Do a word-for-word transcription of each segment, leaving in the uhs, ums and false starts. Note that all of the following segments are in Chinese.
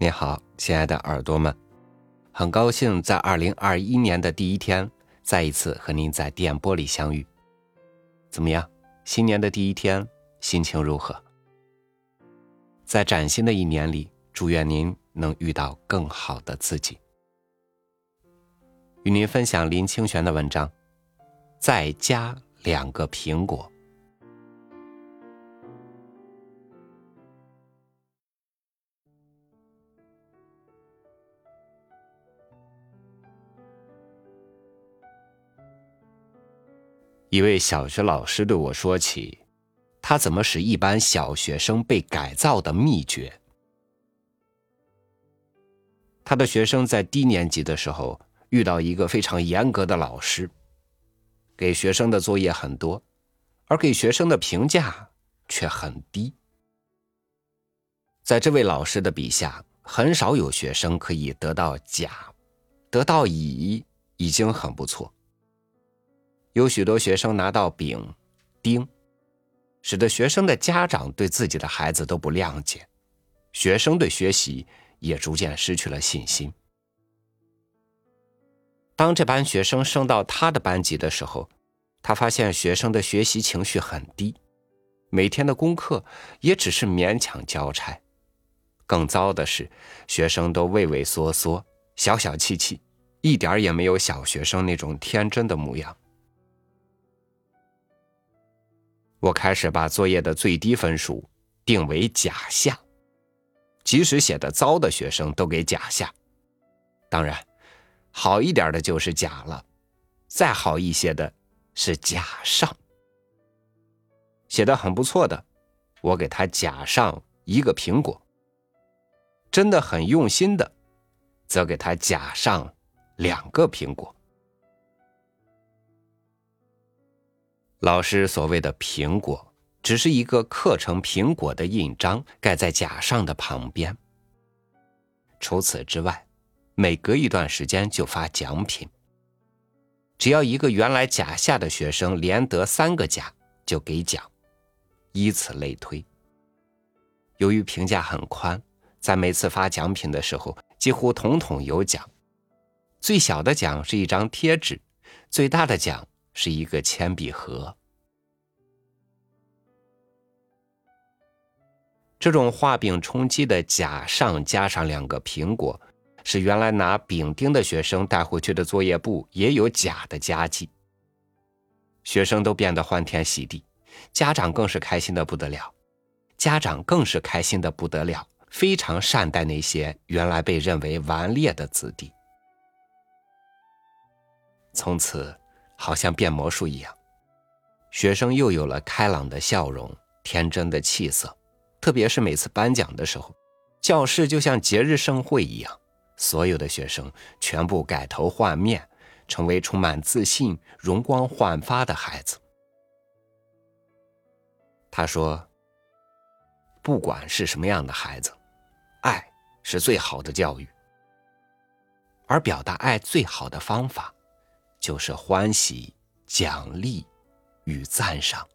你好，亲爱的耳朵们，很高兴在二零二一年的第一天，再一次和您在电波里相遇。怎么样？新年的第一天，心情如何？在崭新的一年里，祝愿您能遇到更好的自己。与您分享林清玄的文章，再加两个苹果。一位小学老师对我说起，他怎么使一班小学生被改造的秘诀。他的学生在低年级的时候遇到一个非常严格的老师，给学生的作业很多，而给学生的评价却很低。在这位老师的笔下，很少有学生可以得到甲，得到乙已经很不错。有许多学生拿到丙、丁，使得学生的家长对自己的孩子都不谅解，学生对学习也逐渐失去了信心。当这班学生升到他的班级的时候，他发现学生的学习情绪很低，每天的功课也只是勉强交差。更糟的是，学生都畏畏缩缩、小小气气，一点也没有小学生那种天真的模样。我开始把作业的最低分数定为甲下，即使写得糟的学生都给甲下。当然，好一点的就是甲了，再好一些的是甲上。写得很不错的，我给他甲上一个苹果；真的很用心的，则给他甲上两个苹果。老师所谓的苹果，只是一个刻成苹果的印章，盖在甲上的旁边。除此之外，每隔一段时间就发奖品。只要一个原来甲下的学生连得三个甲，就给奖，以此类推。由于评价很宽，在每次发奖品的时候，几乎统统有奖。最小的奖是一张贴纸，最大的奖是一个铅笔盒。这种画饼充饥的甲上加上两个苹果，使原来拿丙丁的学生带回去的作业簿也有甲的佳绩。学生都变得欢天喜地，家长更是开心的不得了，家长更是开心的不得了，非常善待那些原来被认为顽劣的子弟。从此好像变魔术一样，学生又有了开朗的笑容，天真的气色。特别是每次颁奖的时候，教室就像节日盛会一样，所有的学生全部改头换面，成为充满自信、容光焕发的孩子。他说，不管是什么样的孩子，爱是最好的教育，而表达爱最好的方法就是欢喜、奖励与赞赏。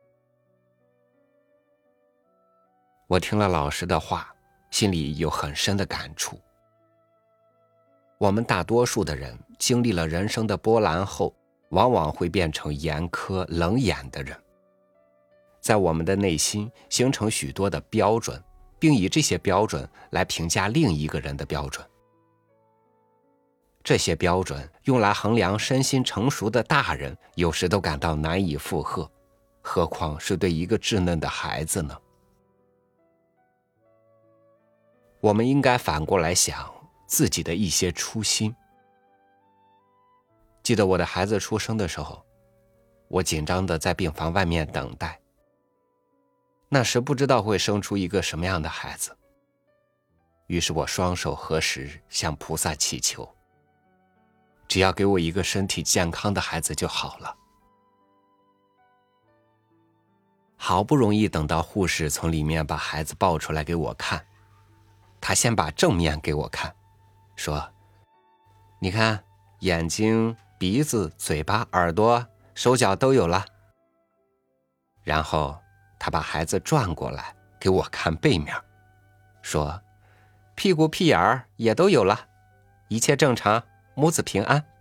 我听了老师的话，心里有很深的感触。我们大多数的人经历了人生的波澜后，往往会变成严苛冷眼的人，在我们的内心形成许多的标准，并以这些标准来评价另一个人的标准。这些标准用来衡量身心成熟的大人，有时都感到难以负荷，何况是对一个稚嫩的孩子呢？我们应该反过来想自己的一些初心。记得我的孩子出生的时候，我紧张地在病房外面等待。那时不知道会生出一个什么样的孩子，于是我双手合十，向菩萨祈求，只要给我一个身体健康的孩子就好了。好不容易等到护士从里面把孩子抱出来给我看，他先把正面给我看，说，你看，眼睛、鼻子、嘴巴、耳朵、手脚都有了。然后他把孩子转过来给我看背面，说， 屁股屁眼儿也都有了，一切正常，母子平安。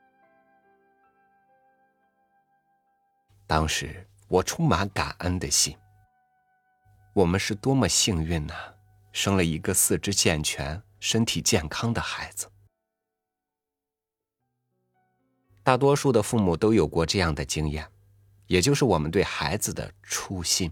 当时我充满感恩的心，我们是多么幸运呢、啊，生了一个四肢健全、身体健康的孩子。大多数的父母都有过这样的经验，也就是我们对孩子的初心。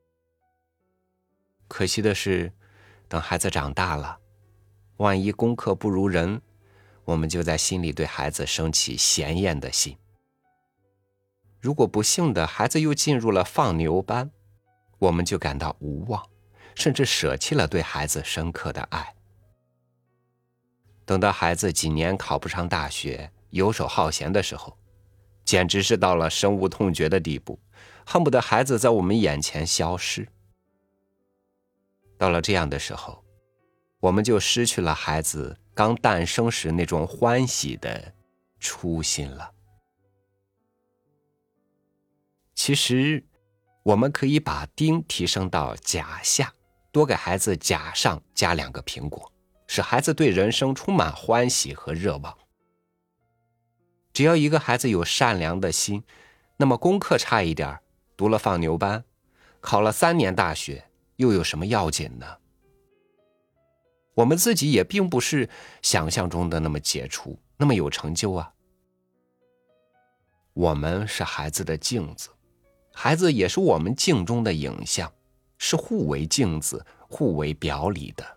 可惜的是，等孩子长大了，万一功课不如人，我们就在心里对孩子生起嫌厌的心。如果不幸的孩子又进入了放牛班，我们就感到无望，甚至舍弃了对孩子深刻的爱。等到孩子几年考不上大学，游手好闲的时候，简直是到了深恶痛绝的地步，恨不得孩子在我们眼前消失。到了这样的时候，我们就失去了孩子刚诞生时那种欢喜的初心了。其实我们可以把丁提升到甲下，多给孩子甲上加两个苹果，使孩子对人生充满欢喜和热望。只要一个孩子有善良的心，那么功课差一点，读了放牛班，考了三年大学，又有什么要紧呢？我们自己也并不是想象中的那么杰出，那么有成就啊。我们是孩子的镜子，孩子也是我们镜中的影像，是互为镜子、互为表里的。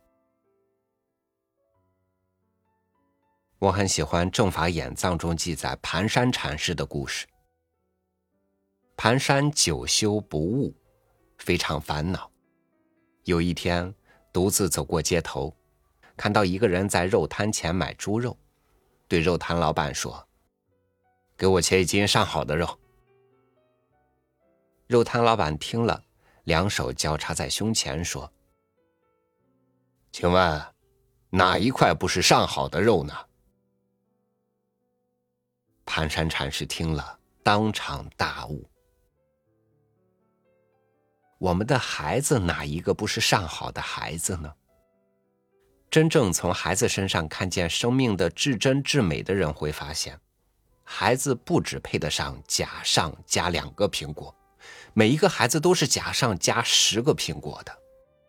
我很喜欢《正法眼藏》中记载盘山禅师的故事。盘山久修不悟，非常烦恼。有一天，独自走过街头，看到一个人在肉摊前买猪肉，对肉摊老板说：“给我切一斤上好的肉。”肉摊老板听了，两手交叉在胸前说：“请问，哪一块不是上好的肉呢？”盘山禅师听了，当场大悟。我们的孩子哪一个不是上好的孩子呢？真正从孩子身上看见生命的至真至美的人会发现，孩子不只配得上甲上加两个苹果，每一个孩子都是甲上加十个苹果的。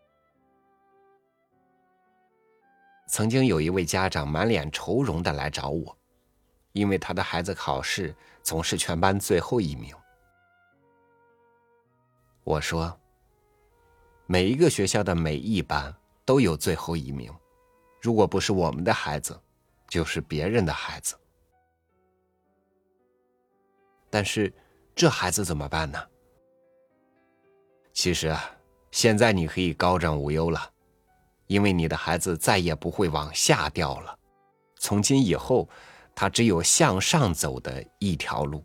曾经有一位家长满脸愁容的来找我，因为他的孩子考试总是全班最后一名。我说，每一个学校的每一班都有最后一名，如果不是我们的孩子，就是别人的孩子。但是这孩子怎么办呢？其实啊，现在你可以高枕无忧了，因为你的孩子再也不会往下掉了，从今以后他只有向上走的一条路。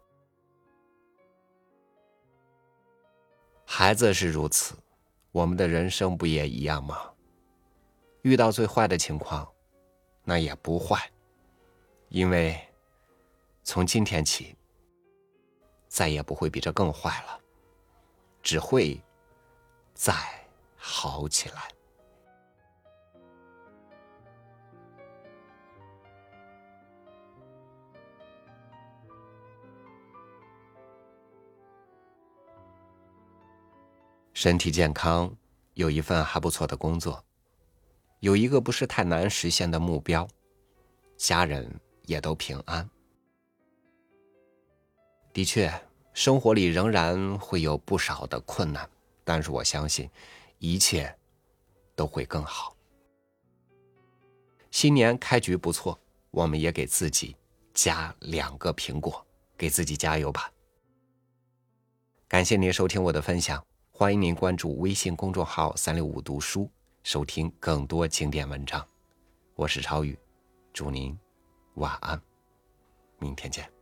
孩子是如此，我们的人生不也一样吗？遇到最坏的情况，那也不坏，因为从今天起，再也不会比这更坏了，只会再好起来。身体健康，有一份还不错的工作，有一个不是太难实现的目标，家人也都平安。的确，生活里仍然会有不少的困难，但是我相信一切都会更好。新年开局不错，我们也给自己加两个苹果，给自己加油吧。感谢您收听我的分享，欢迎您关注微信公众号三六五读书，收听更多经典文章。我是超宇，祝您晚安，明天见。